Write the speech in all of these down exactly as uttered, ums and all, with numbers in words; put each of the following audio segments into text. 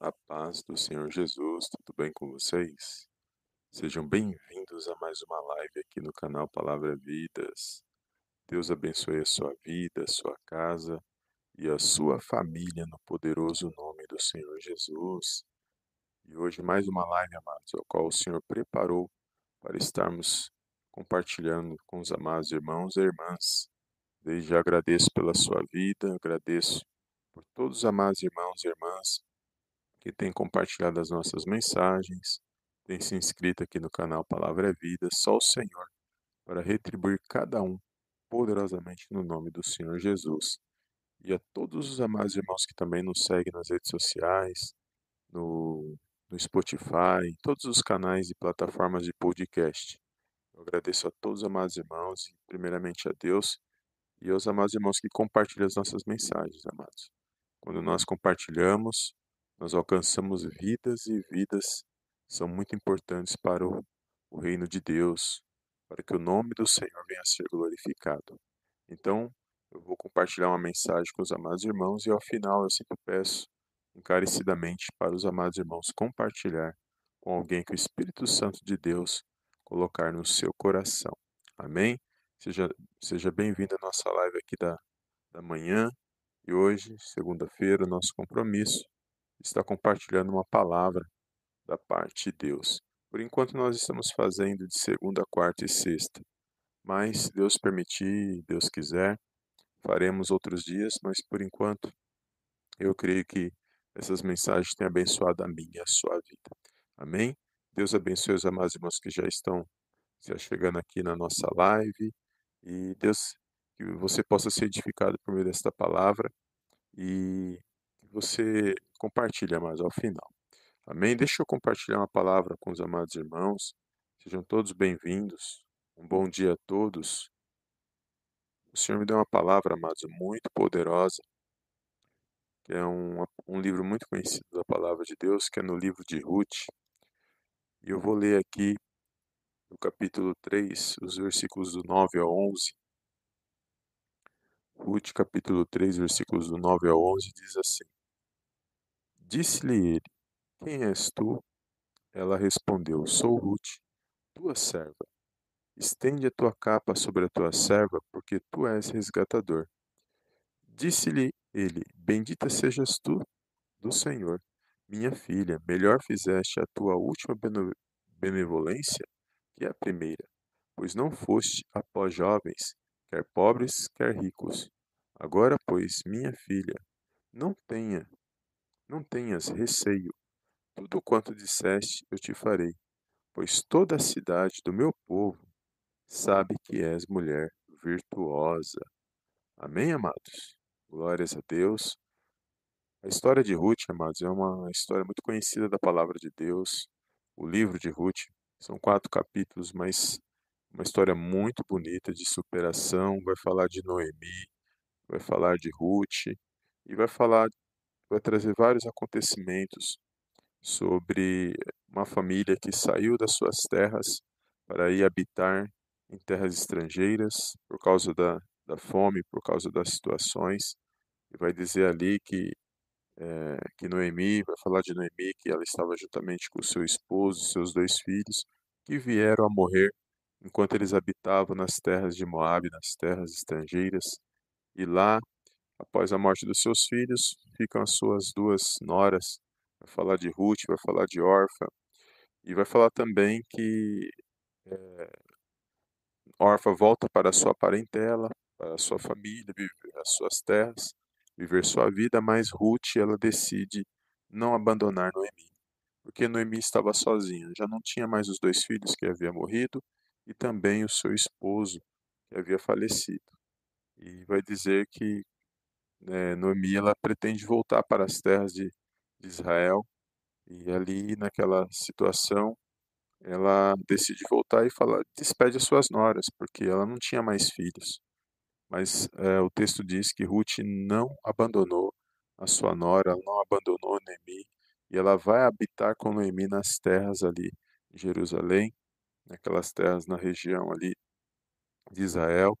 A paz do Senhor Jesus, tudo bem com vocês? Sejam bem-vindos a mais uma live aqui no canal Palavra Vidas. Deus abençoe a sua vida, a sua casa e a sua família no poderoso nome do Senhor Jesus. E hoje mais uma live, amados, a qual o Senhor preparou para estarmos compartilhando com os amados irmãos e irmãs. Desde já agradeço pela sua vida, agradeço por todos os amados irmãos e irmãs que tem compartilhado as nossas mensagens, tem se inscrito aqui no canal Palavra é Vida, só o Senhor, para retribuir cada um poderosamente no nome do Senhor Jesus. E a todos os amados irmãos que também nos seguem nas redes sociais, no, no Spotify, em todos os canais e plataformas de podcast. Eu agradeço a todos os amados irmãos, e primeiramente a Deus, e aos amados irmãos que compartilham as nossas mensagens, amados. Quando nós compartilhamos, nós alcançamos vidas e vidas são muito importantes para o, o reino de Deus, para que o nome do Senhor venha a ser glorificado. Então, eu vou compartilhar uma mensagem com os amados irmãos e ao final eu sempre peço encarecidamente para os amados irmãos compartilhar com alguém que o Espírito Santo de Deus colocar no seu coração. Amém? Seja, seja bem-vindo à nossa live aqui da, da manhã. E hoje, segunda-feira, o nosso compromisso está compartilhando uma palavra da parte de Deus. Por enquanto, nós estamos fazendo de segunda, quarta e sexta. Mas, se Deus permitir, Deus quiser, faremos outros dias. Mas, por enquanto, eu creio que essas mensagens têm abençoado a minha e a sua vida. Amém? Deus abençoe os amados irmãos que já estão já chegando aqui na nossa live. E Deus, que você possa ser edificado por meio desta palavra e que você compartilhe mais ao final. Amém? Deixa eu compartilhar uma palavra com os amados irmãos. Sejam todos bem-vindos. Um bom dia a todos. O Senhor me deu uma palavra, amados, muito poderosa, que é um, um livro muito conhecido da palavra de Deus, que é no livro de Ruth. E eu vou ler aqui no capítulo três, os versículos do nove ao onze. Ruth, capítulo três, versículos do nove ao onze, diz assim: Disse-lhe ele: Quem és tu? Ela respondeu: Sou Ruth, tua serva. Estende a tua capa sobre a tua serva, porque tu és resgatador. Disse-lhe ele: Bendita sejas tu do Senhor, minha filha, melhor fizeste a tua última bene- benevolência que a primeira, pois não foste após jovens, quer pobres, quer ricos. Agora, pois, minha filha, não tenha, não tenhas receio. Tudo quanto disseste eu te farei, pois toda a cidade do meu povo sabe que és mulher virtuosa. Amém, amados? Glórias a Deus. A história de Ruth, amados, é uma história muito conhecida da palavra de Deus. O livro de Ruth são quatro capítulos, mas uma história muito bonita de superação. Vai falar de Noemi, vai falar de Ruth e vai falar, vai trazer vários acontecimentos sobre uma família que saiu das suas terras para ir habitar em terras estrangeiras por causa da, da fome, por causa das situações. E vai dizer ali que, eh, que Noemi, vai falar de Noemi, que ela estava juntamente com o seu esposo, seus dois filhos, que vieram a morrer enquanto eles habitavam nas terras de Moabe, nas terras estrangeiras. E lá, após a morte dos seus filhos, ficam as suas duas noras. Vai falar de Ruth, vai falar de Orfa, e vai falar também que eh, Orfa volta para a sua parentela, para a sua família, viver as suas terras, viver sua vida, mas Ruth, ela decide não abandonar Noemi, porque Noemi estava sozinha, já não tinha mais os dois filhos que havia morrido e também o seu esposo que havia falecido. E vai dizer que eh, Noemi, ela pretende voltar para as terras de, de Israel, e ali naquela situação ela decide voltar e fala, despede as suas noras, porque ela não tinha mais filhos. Mas eh, o texto diz que Ruth não abandonou a sua nora, ela não abandonou Noemi, e ela vai habitar com Noemi nas terras ali em Jerusalém, naquelas terras na região ali de Israel,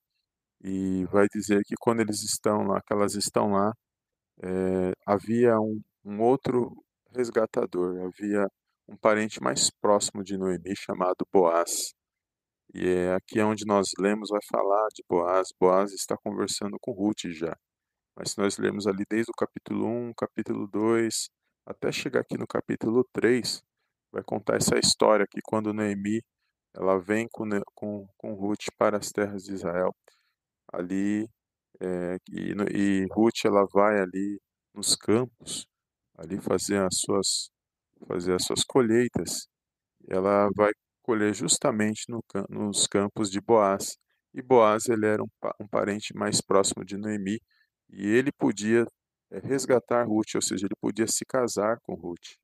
e vai dizer que quando eles estão lá, que elas estão lá, eh, havia um, um outro resgatador. Havia um parente mais próximo de Noemi chamado Boaz. E é aqui onde nós lemos vai falar de Boaz. Boaz está conversando com Ruth já. Mas se nós lermos ali desde o capítulo um, capítulo dois, até chegar aqui no capítulo três, vai contar essa história que quando Noemi ela vem com, Ne- com, com Ruth para as terras de Israel, ali, eh, e, no- e Ruth ela vai ali nos campos, ali fazer as suas, fazer as suas colheitas, ela vai colher justamente no cam nos campos de Boaz. E Boaz ele era um pa um parente mais próximo de Noemi, e ele podia, eh, resgatar Ruth, ou seja, ele podia se casar com Ruth.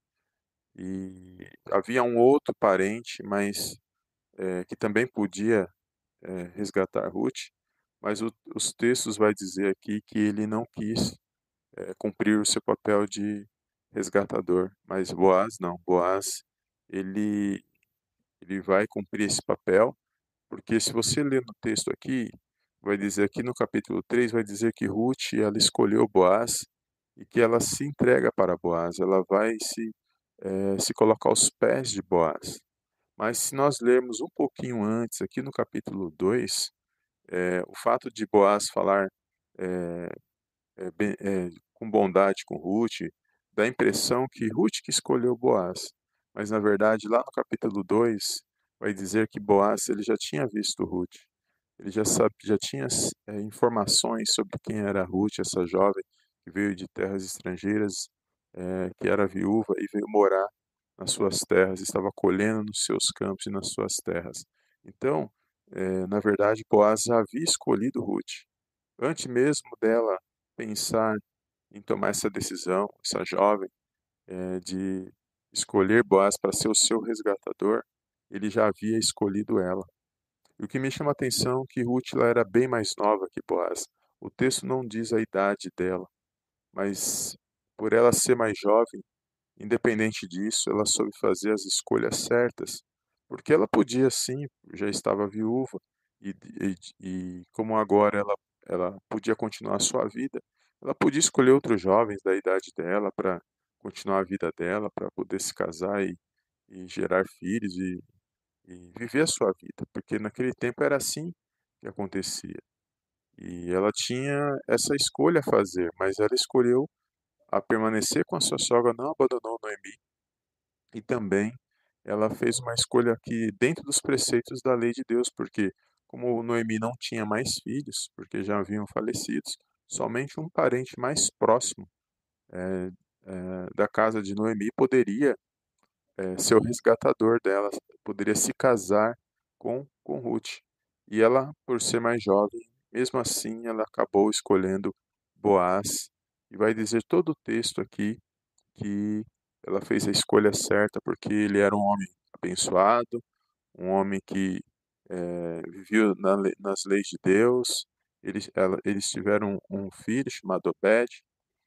E havia um outro parente, mas, eh, que também podia, eh, resgatar Ruth, mas o os textos vai dizer aqui que ele não quis, eh, cumprir o seu papel de resgatador, mas Boaz não, Boaz ele ele vai cumprir esse papel, porque se você ler no texto aqui, vai dizer aqui no capítulo três vai dizer que Ruth, ela escolheu Boaz e que ela se entrega para Boaz, ela vai se, eh, se colocar aos pés de Boaz. Mas se nós lermos um pouquinho antes, aqui no capítulo dois, eh, o fato de Boaz falar, eh eh, bem eh, com bondade com Ruth, dá a impressão que Ruth que escolheu Boaz, mas na verdade lá no capítulo dois vai dizer que Boaz ele já tinha visto Ruth, ele já sabe já tinha s eh, informações sobre quem era Ruth, essa jovem que veio de terras estrangeiras, eh, que era viúva e veio morar nas suas terras, estava colhendo nos seus campos e nas suas terras. Então, eh, na verdade Boaz já havia escolhido Ruth. Antes mesmo dela pensar em tomar essa decisão, essa jovem, eh, de escolher Boaz para ser o seu resgatador, ele já havia escolhido ela. E o que me chama a atenção é que Ruth ela era bem mais nova que Boaz. O texto não diz a idade dela, mas por ela ser mais jovem, independente disso, ela soube fazer as escolhas certas, porque ela podia sim, já estava viúva, e e e como agora ela ela podia continuar a sua vida, ela podia escolher outros jovens da idade dela para continuar a vida dela, para poder se casar e e gerar filhos e e viver a sua vida, porque naquele tempo era assim que acontecia. E ela tinha essa escolha a fazer, mas ela escolheu a permanecer com a sua sogra, não abandonou Noemi, e também ela fez uma escolha que dentro dos preceitos da lei de Deus, porque como Noemi não tinha mais filhos, porque já haviam falecidos, somente um parente mais próximo, eh eh, da casa de Noemi poderia, eh, ser o resgatador dela, poderia se casar com com Ruth. E ela, por ser mais jovem, mesmo assim ela acabou escolhendo Boaz, e vai dizer todo o texto aqui que ela fez a escolha certa, porque ele era um homem abençoado, um homem que, eh, vivia na le nas leis de Deus, eles ela eles tiveram um filho chamado Obed,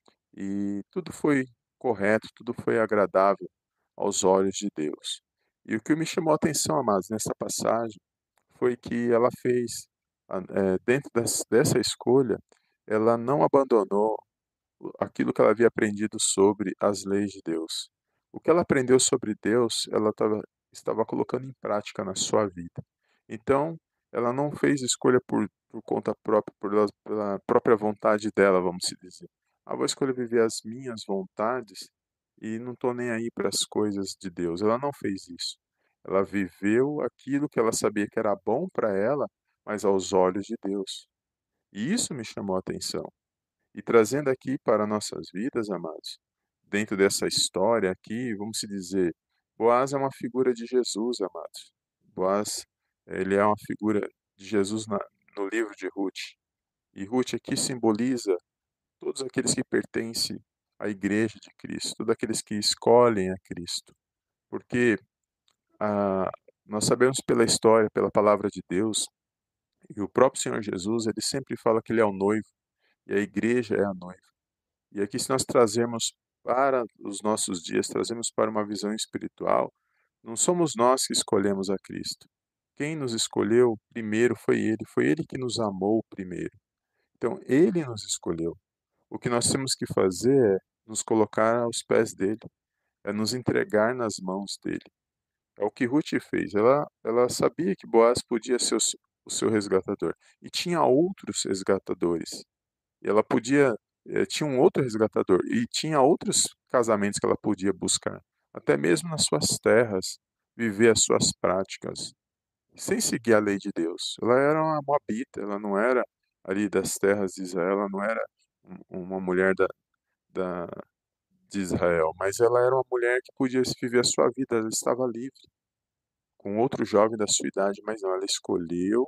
e tudo foi correto, tudo foi agradável aos olhos de Deus. E o que me chamou a atenção, amados, nessa passagem, foi que ela fez, a eh, dentro des dessa escolha, ela não abandonou o aquilo que ela havia aprendido sobre as leis de Deus. O que ela aprendeu sobre Deus, ela estava estava colocando em prática na sua vida. Então, ela não fez escolha por por conta própria, por ela pela própria vontade dela, vamos se dizer. "Ah, vou escolher viver as minhas vontades e não estou nem aí para as coisas de Deus". Ela não fez isso. Ela viveu aquilo que ela sabia que era bom para ela, mas aos olhos de Deus. E isso me chamou a atenção. E trazendo aqui para nossas vidas, amados, dentro dessa história aqui, vamos se dizer, Boaz é uma figura de Jesus, amados. Boaz, ele é uma figura de Jesus na, no livro de Ruth. E Ruth aqui simboliza todos aqueles que pertencem à igreja de Cristo, todos aqueles que escolhem a Cristo. Porque ah, nós sabemos pela história, pela palavra de Deus, e o próprio Senhor Jesus, ele sempre fala que ele é o noivo, e a igreja é a noiva. E aqui, se nós trazermos para os nossos dias, trazemos para uma visão espiritual, não somos nós que escolhemos a Cristo. Quem nos escolheu primeiro foi Ele, foi Ele que nos amou primeiro. Então, Ele nos escolheu. O que nós temos que fazer é nos colocar aos pés dele, é nos entregar nas mãos dele. É o que Ruth fez. Ela, ela sabia que Boaz podia ser o, s- o seu resgatador. E tinha outros resgatadores. E ela podia, eh, tinha um outro resgatador. E tinha outros casamentos que ela podia buscar. Até mesmo nas suas terras, viver as suas práticas, sem seguir a lei de Deus. Ela era uma moabita, ela não era ali das terras de Israel, ela não era um- uma mulher da, da, de Israel, mas ela era uma mulher que podia viver a sua vida, ela estava livre com outro jovem da sua idade, mas não, ela escolheu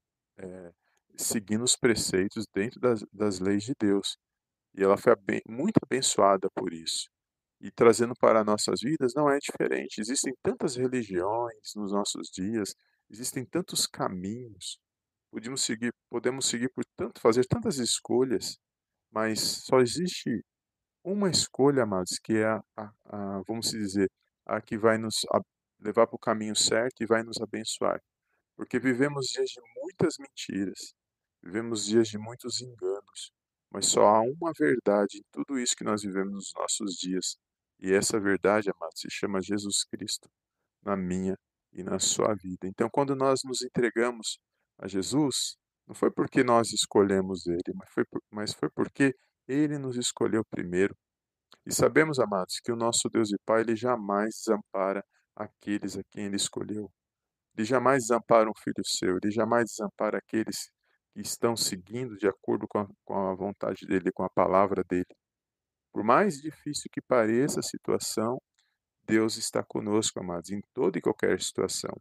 eh, seguindo os preceitos dentro das, das leis de Deus. E ela foi aben- muito abençoada por isso. E trazendo para nossas vidas não é diferente. Existem tantas religiões nos nossos dias, existem tantos caminhos. Podemos seguir, podemos seguir por tanto, fazer tantas escolhas, mas só existe uma escolha, amados, que é a, a, a vamos dizer, a que vai nos a- levar para o caminho certo e vai nos abençoar. Porque vivemos dias de muitas mentiras, vivemos dias de muitos enganos, mas só há uma verdade em tudo isso que nós vivemos nos nossos dias. E essa verdade, amados, se chama Jesus Cristo na minha e na sua vida. Então, quando nós nos entregamos a Jesus, não foi porque nós escolhemos Ele, mas foi, por- mas foi porque Ele nos escolheu primeiro. E sabemos, amados, que o nosso Deus e Pai, Ele jamais desampara aqueles a quem Ele escolheu. Ele jamais desampara um filho seu, Ele jamais desampara aqueles que estão seguindo de acordo com a, com a vontade dEle, com a palavra dEle. Por mais difícil que pareça a situação, Deus está conosco, amados, em toda e qualquer situação.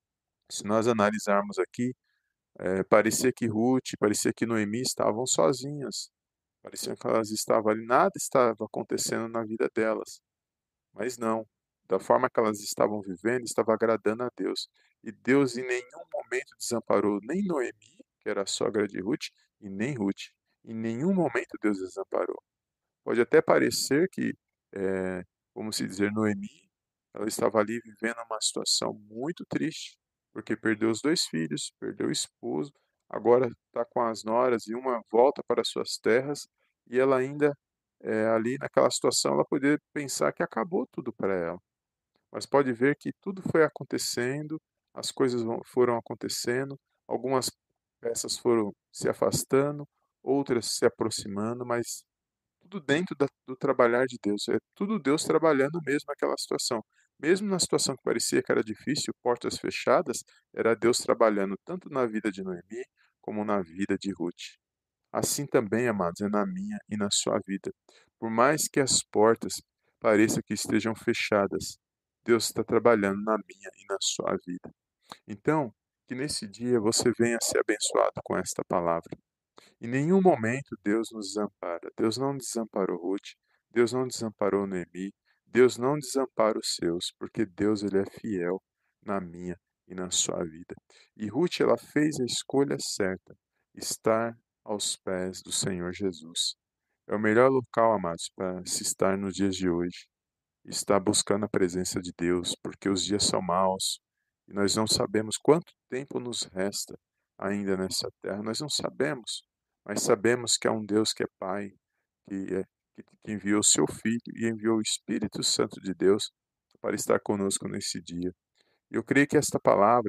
Se nós analisarmos aqui, eh, parecia que Ruth, parecia que Noemi estavam sozinhas. Parecia que elas estavam ali, nada estava acontecendo na vida delas. Mas não. Da forma que elas estavam vivendo, estava agradando a Deus. E Deus em nenhum momento desamparou nem Noemi, que era a sogra de Ruth, e nem Ruth. Em nenhum momento Deus desamparou. Pode até parecer que, eh, como se dizer, Noemi, ela estava ali vivendo uma situação muito triste, porque perdeu os dois filhos, perdeu o esposo, agora está com as noras e uma volta para suas terras, e ela ainda, eh, ali naquela situação, ela poderia pensar que acabou tudo para ela. Mas pode ver que tudo foi acontecendo, as coisas vão- foram acontecendo, algumas peças foram se afastando, outras se aproximando, mas tudo dentro da do trabalhar de Deus, é tudo Deus trabalhando mesmo naquela situação. Mesmo na situação que parecia que era difícil, portas fechadas, era Deus trabalhando tanto na vida de Noemi, como na vida de Ruth. Assim também, amados, é na minha e na sua vida. Por mais que as portas pareçam que estejam fechadas, Deus está trabalhando na minha e na sua vida. Então, que nesse dia você venha ser abençoado com esta palavra. Em nenhum momento Deus nos desampara. Deus não desamparou Ruth, Deus não desamparou Noemi, Deus não desampara os seus, porque Deus ele é fiel na minha e na sua vida. E Ruth ela fez a escolha certa, estar aos pés do Senhor Jesus. É o melhor local, amados, para se estar nos dias de hoje. Estar buscando a presença de Deus, porque os dias são maus e nós não sabemos quanto tempo nos resta ainda nessa terra. Nós não sabemos, mas sabemos que há um Deus que é Pai, que, é, que, que enviou seu Filho e enviou o Espírito Santo de Deus para estar conosco nesse dia. Eu creio que esta palavra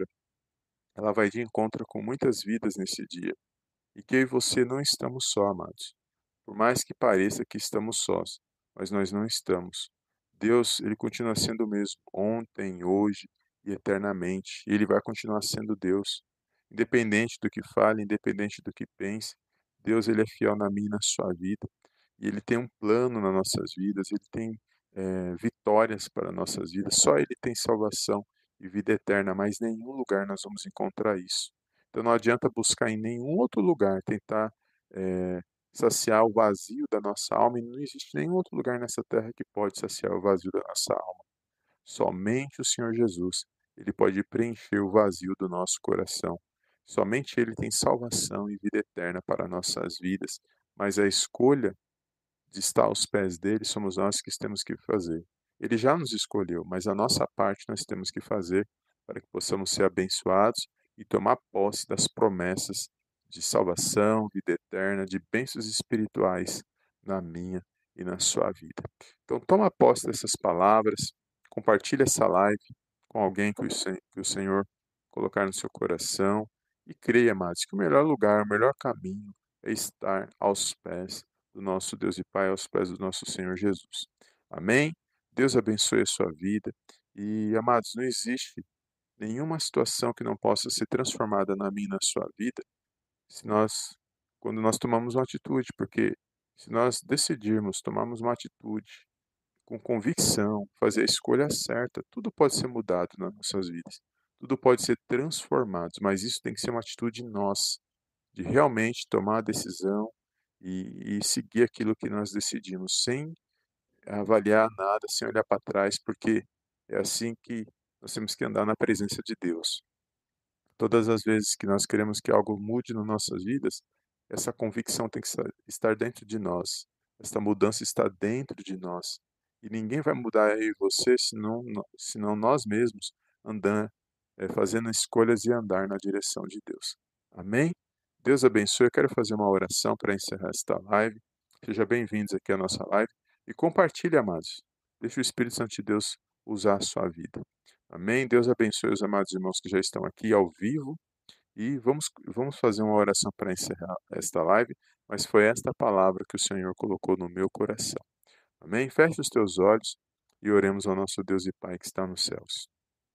ela vai de encontro com muitas vidas nesse dia e que eu e você não estamos só, amados. Por mais que pareça que estamos sós, mas nós não estamos. Deus, ele continua sendo o mesmo ontem, hoje e eternamente. E ele vai continuar sendo Deus. Independente do que fale, independente do que pense, Deus ele é fiel na minha e na sua vida. E ele tem um plano nas nossas vidas, ele tem eh, vitórias para nossas vidas. Só ele tem salvação e vida eterna, mas em nenhum lugar nós vamos encontrar isso. Então não adianta buscar em nenhum outro lugar, tentar eh, saciar o vazio da nossa alma, e não existe nenhum outro lugar nessa terra que pode saciar o vazio da nossa alma. Somente o Senhor Jesus, ele pode preencher o vazio do nosso coração. Somente ele tem salvação e vida eterna para nossas vidas, mas a escolha de estar aos pés dele somos nós que temos que fazer. Ele já nos escolheu, mas a nossa parte nós temos que fazer para que possamos ser abençoados e tomar posse das promessas de salvação, vida eterna, de bênçãos espirituais na minha e na sua vida. Então toma posse dessas palavras, compartilhe essa live com alguém que o, Sen- que o Senhor colocar no seu coração e creia, amados, que o melhor lugar, o melhor caminho é estar aos pés do nosso Deus e Pai, aos pés do nosso Senhor Jesus. Amém? Deus abençoe a sua vida e, amados, não existe nenhuma situação que não possa ser transformada na minha e na sua vida se nós, quando nós tomamos uma atitude, porque se nós decidirmos, tomarmos uma atitude com convicção, fazer a escolha certa, tudo pode ser mudado nas nossas vidas. Tudo pode ser transformado, mas isso tem que ser uma atitude nossa, de realmente tomar a decisão e, e seguir aquilo que nós decidimos, sem avaliar nada, sem olhar para trás, porque é assim que nós temos que andar na presença de Deus. Todas as vezes que nós queremos que algo mude nas nossas vidas, essa convicção tem que estar estar dentro de nós. Essa mudança está dentro de nós. E ninguém vai mudar eu e você senão, nó- senão nós mesmos andar, eh, fazendo escolhas e andar na direção de Deus. Amém? Deus abençoe. Eu quero fazer uma oração para encerrar esta live. Sejam bem-vindos aqui à nossa live. E compartilhe, amados. Deixe o Espírito Santo de Deus usar a sua vida. Amém. Deus abençoe os amados irmãos que já estão aqui ao vivo e vamos, vamos fazer uma oração para encerrar esta live, mas foi esta palavra que o Senhor colocou no meu coração. Amém. Feche os teus olhos e oremos ao nosso Deus e Pai que está nos céus.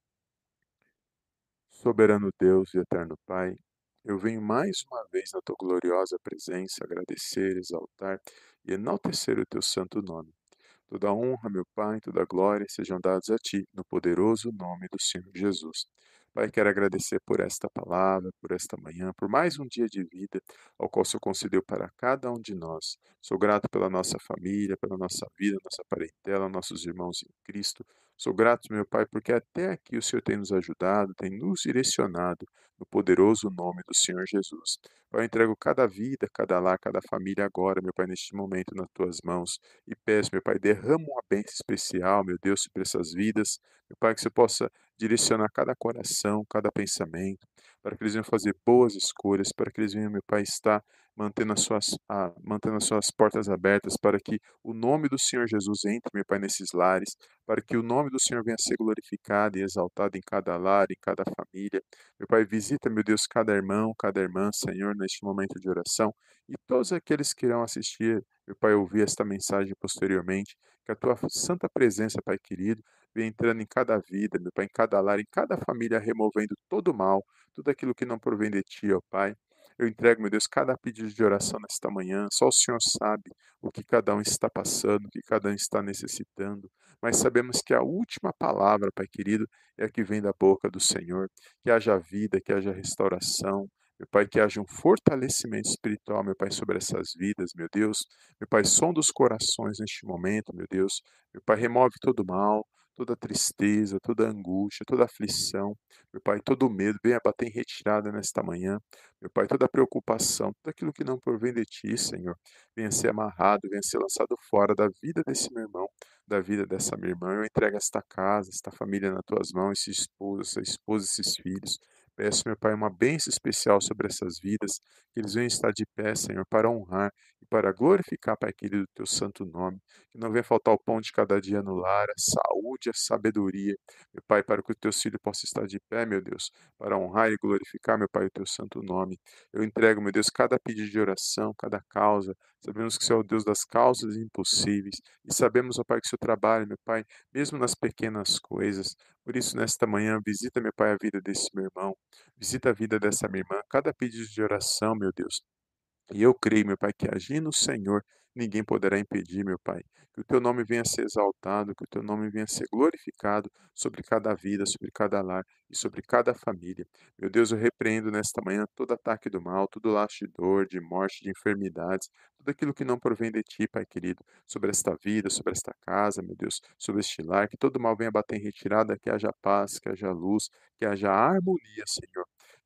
Soberano Deus e eterno Pai, eu venho mais uma vez na tua gloriosa presença agradecer, exaltar e enaltecer o teu santo nome. Toda honra, meu Pai, toda glória sejam dados a Ti, no poderoso nome do Senhor Jesus. Pai, quero agradecer por esta palavra, por esta manhã, por mais um dia de vida, ao qual o Senhor concedeu para cada um de nós. Sou grato pela nossa família, pela nossa vida, nossa parentela, nossos irmãos em Cristo. Sou grato, meu Pai, porque até aqui o Senhor tem nos ajudado, tem nos direcionado, no poderoso nome do Senhor Jesus. Pai, eu entrego cada vida, cada lar, cada família agora, meu Pai, neste momento nas Tuas mãos. E peço, meu Pai, derrama uma bênção especial, meu Deus, sobre essas vidas. Meu Pai, que você possa direcionar cada coração, cada pensamento, para que eles venham fazer boas escolhas, para que eles venham, meu Pai, estar mantendo as suas, ah, mantendo as suas portas abertas, para que o nome do Senhor Jesus entre, meu Pai, nesses lares, para que o nome do Senhor venha a ser glorificado e exaltado em cada lar, em cada família. Meu Pai, visita, meu Deus, cada irmão, cada irmã, Senhor, neste momento de oração, e todos aqueles que irão assistir, meu Pai, ouvir esta mensagem posteriormente, que a tua santa presença, Pai querido, venha entrando em cada vida, meu Pai, em cada lar, em cada família, removendo todo o mal, tudo aquilo que não provém de Ti, ó Pai. Eu entrego, meu Deus, cada pedido de oração nesta manhã. Só o Senhor sabe o que cada um está passando, o que cada um está necessitando. Mas sabemos que a última palavra, Pai querido, é a que vem da boca do Senhor. Que haja vida, que haja restauração. Meu Pai, que haja um fortalecimento espiritual, meu Pai, sobre essas vidas, meu Deus. Meu Pai, som dos corações neste momento, meu Deus. Meu Pai, remove todo o mal, toda tristeza, toda angústia, toda aflição. Meu Pai, todo medo, venha bater em retirada nesta manhã. Meu Pai, toda preocupação, tudo aquilo que não provém de Ti, Senhor, venha ser amarrado, venha ser lançado fora da vida desse meu irmão, da vida dessa minha irmã. Eu entrego esta casa, esta família nas Tuas mãos, esse esposo, essa esposa, esses filhos. Peço, meu Pai, uma bênção especial sobre essas vidas, que eles venham estar de pé, Senhor, para honrar e para glorificar, Pai querido, o Teu santo nome. Que não venha faltar o pão de cada dia no lar, a saúde, a sabedoria, meu Pai, para que o Teu filho possa estar de pé, meu Deus, para honrar e glorificar, meu Pai, o Teu santo nome. Eu entrego, meu Deus, cada pedido de oração, cada causa. Sabemos que o Senhor é o Deus das causas impossíveis. E sabemos, ó Pai, que o Senhor trabalha, meu Pai, mesmo nas pequenas coisas. Por isso, nesta manhã, visita, meu Pai, a vida desse meu irmão. Visita a vida dessa minha irmã. Cada pedido de oração, meu Deus. E eu creio, meu Pai, que agindo o Senhor, ninguém poderá impedir, meu Pai. Que o teu nome venha a ser exaltado, que o teu nome venha a ser glorificado sobre cada vida, sobre cada lar e sobre cada família. Meu Deus, eu repreendo nesta manhã todo ataque do mal, todo laço de dor, de morte, de enfermidades, tudo aquilo que não provém de ti, Pai querido, sobre esta vida, sobre esta casa, meu Deus, sobre este lar, que todo mal venha bater em retirada, que haja paz, que haja luz, que haja harmonia, Senhor.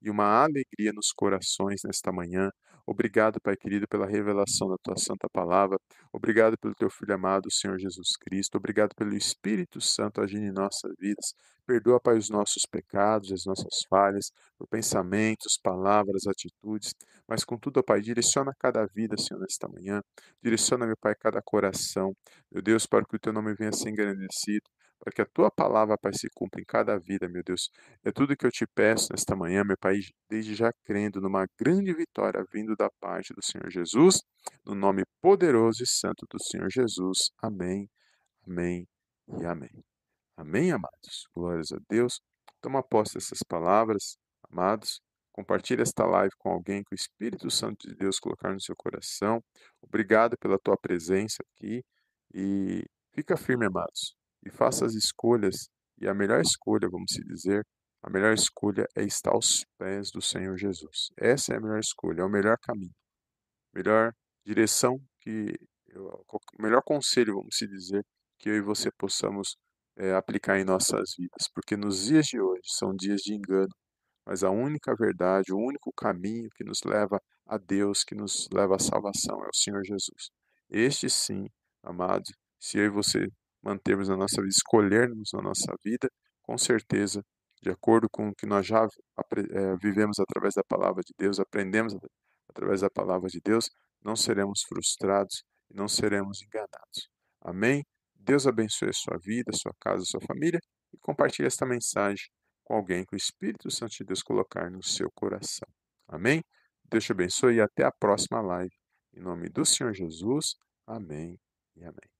e uma alegria nos corações nesta manhã. Obrigado, Pai querido, pela revelação da tua santa palavra. Obrigado pelo teu Filho amado, Senhor Jesus Cristo. Obrigado pelo Espírito Santo agindo em nossas vidas. Perdoa, Pai, os nossos pecados, as nossas falhas, por pensamentos, palavras, atitudes. Mas, contudo, ó Pai, direciona cada vida, Senhor, nesta manhã. Direciona, meu Pai, cada coração. Meu Deus, para que o teu nome venha a ser engrandecido, para que a tua palavra, Pai, se cumpra em cada vida, meu Deus. É tudo que eu te peço nesta manhã, meu Pai, desde já crendo numa grande vitória vindo da parte do Senhor Jesus, no nome poderoso e santo do Senhor Jesus. Amém, amém e amém. Amém, amados? Glórias a Deus. Toma posse dessas palavras, amados. Compartilhe esta live com alguém que o Espírito Santo de Deus colocar no seu coração. Obrigado pela tua presença aqui e fica firme, amados. E faça as escolhas, e a melhor escolha, vamos se dizer, a melhor escolha é estar aos pés do Senhor Jesus. Essa é a melhor escolha, é o melhor caminho, melhor direção que eu, o melhor conselho, vamos se dizer, que eu e você possamos eh, aplicar em nossas vidas, porque nos dias de hoje são dias de engano, mas a única verdade, o único caminho que nos leva a Deus, que nos leva à salvação é o Senhor Jesus. Este sim, amados, se eu e você mantermos a nossa vida, escolhermos a nossa vida, com certeza, de acordo com o que nós já apre- eh, vivemos através da palavra de Deus, aprendemos através da palavra de Deus, não seremos frustrados e não seremos enganados. Amém? Deus abençoe a sua vida, a sua casa, a sua família e compartilhe esta mensagem com alguém que o Espírito Santo de Deus colocar no seu coração. Amém? Deus te abençoe e até a próxima live. Em nome do Senhor Jesus. Amém e amém.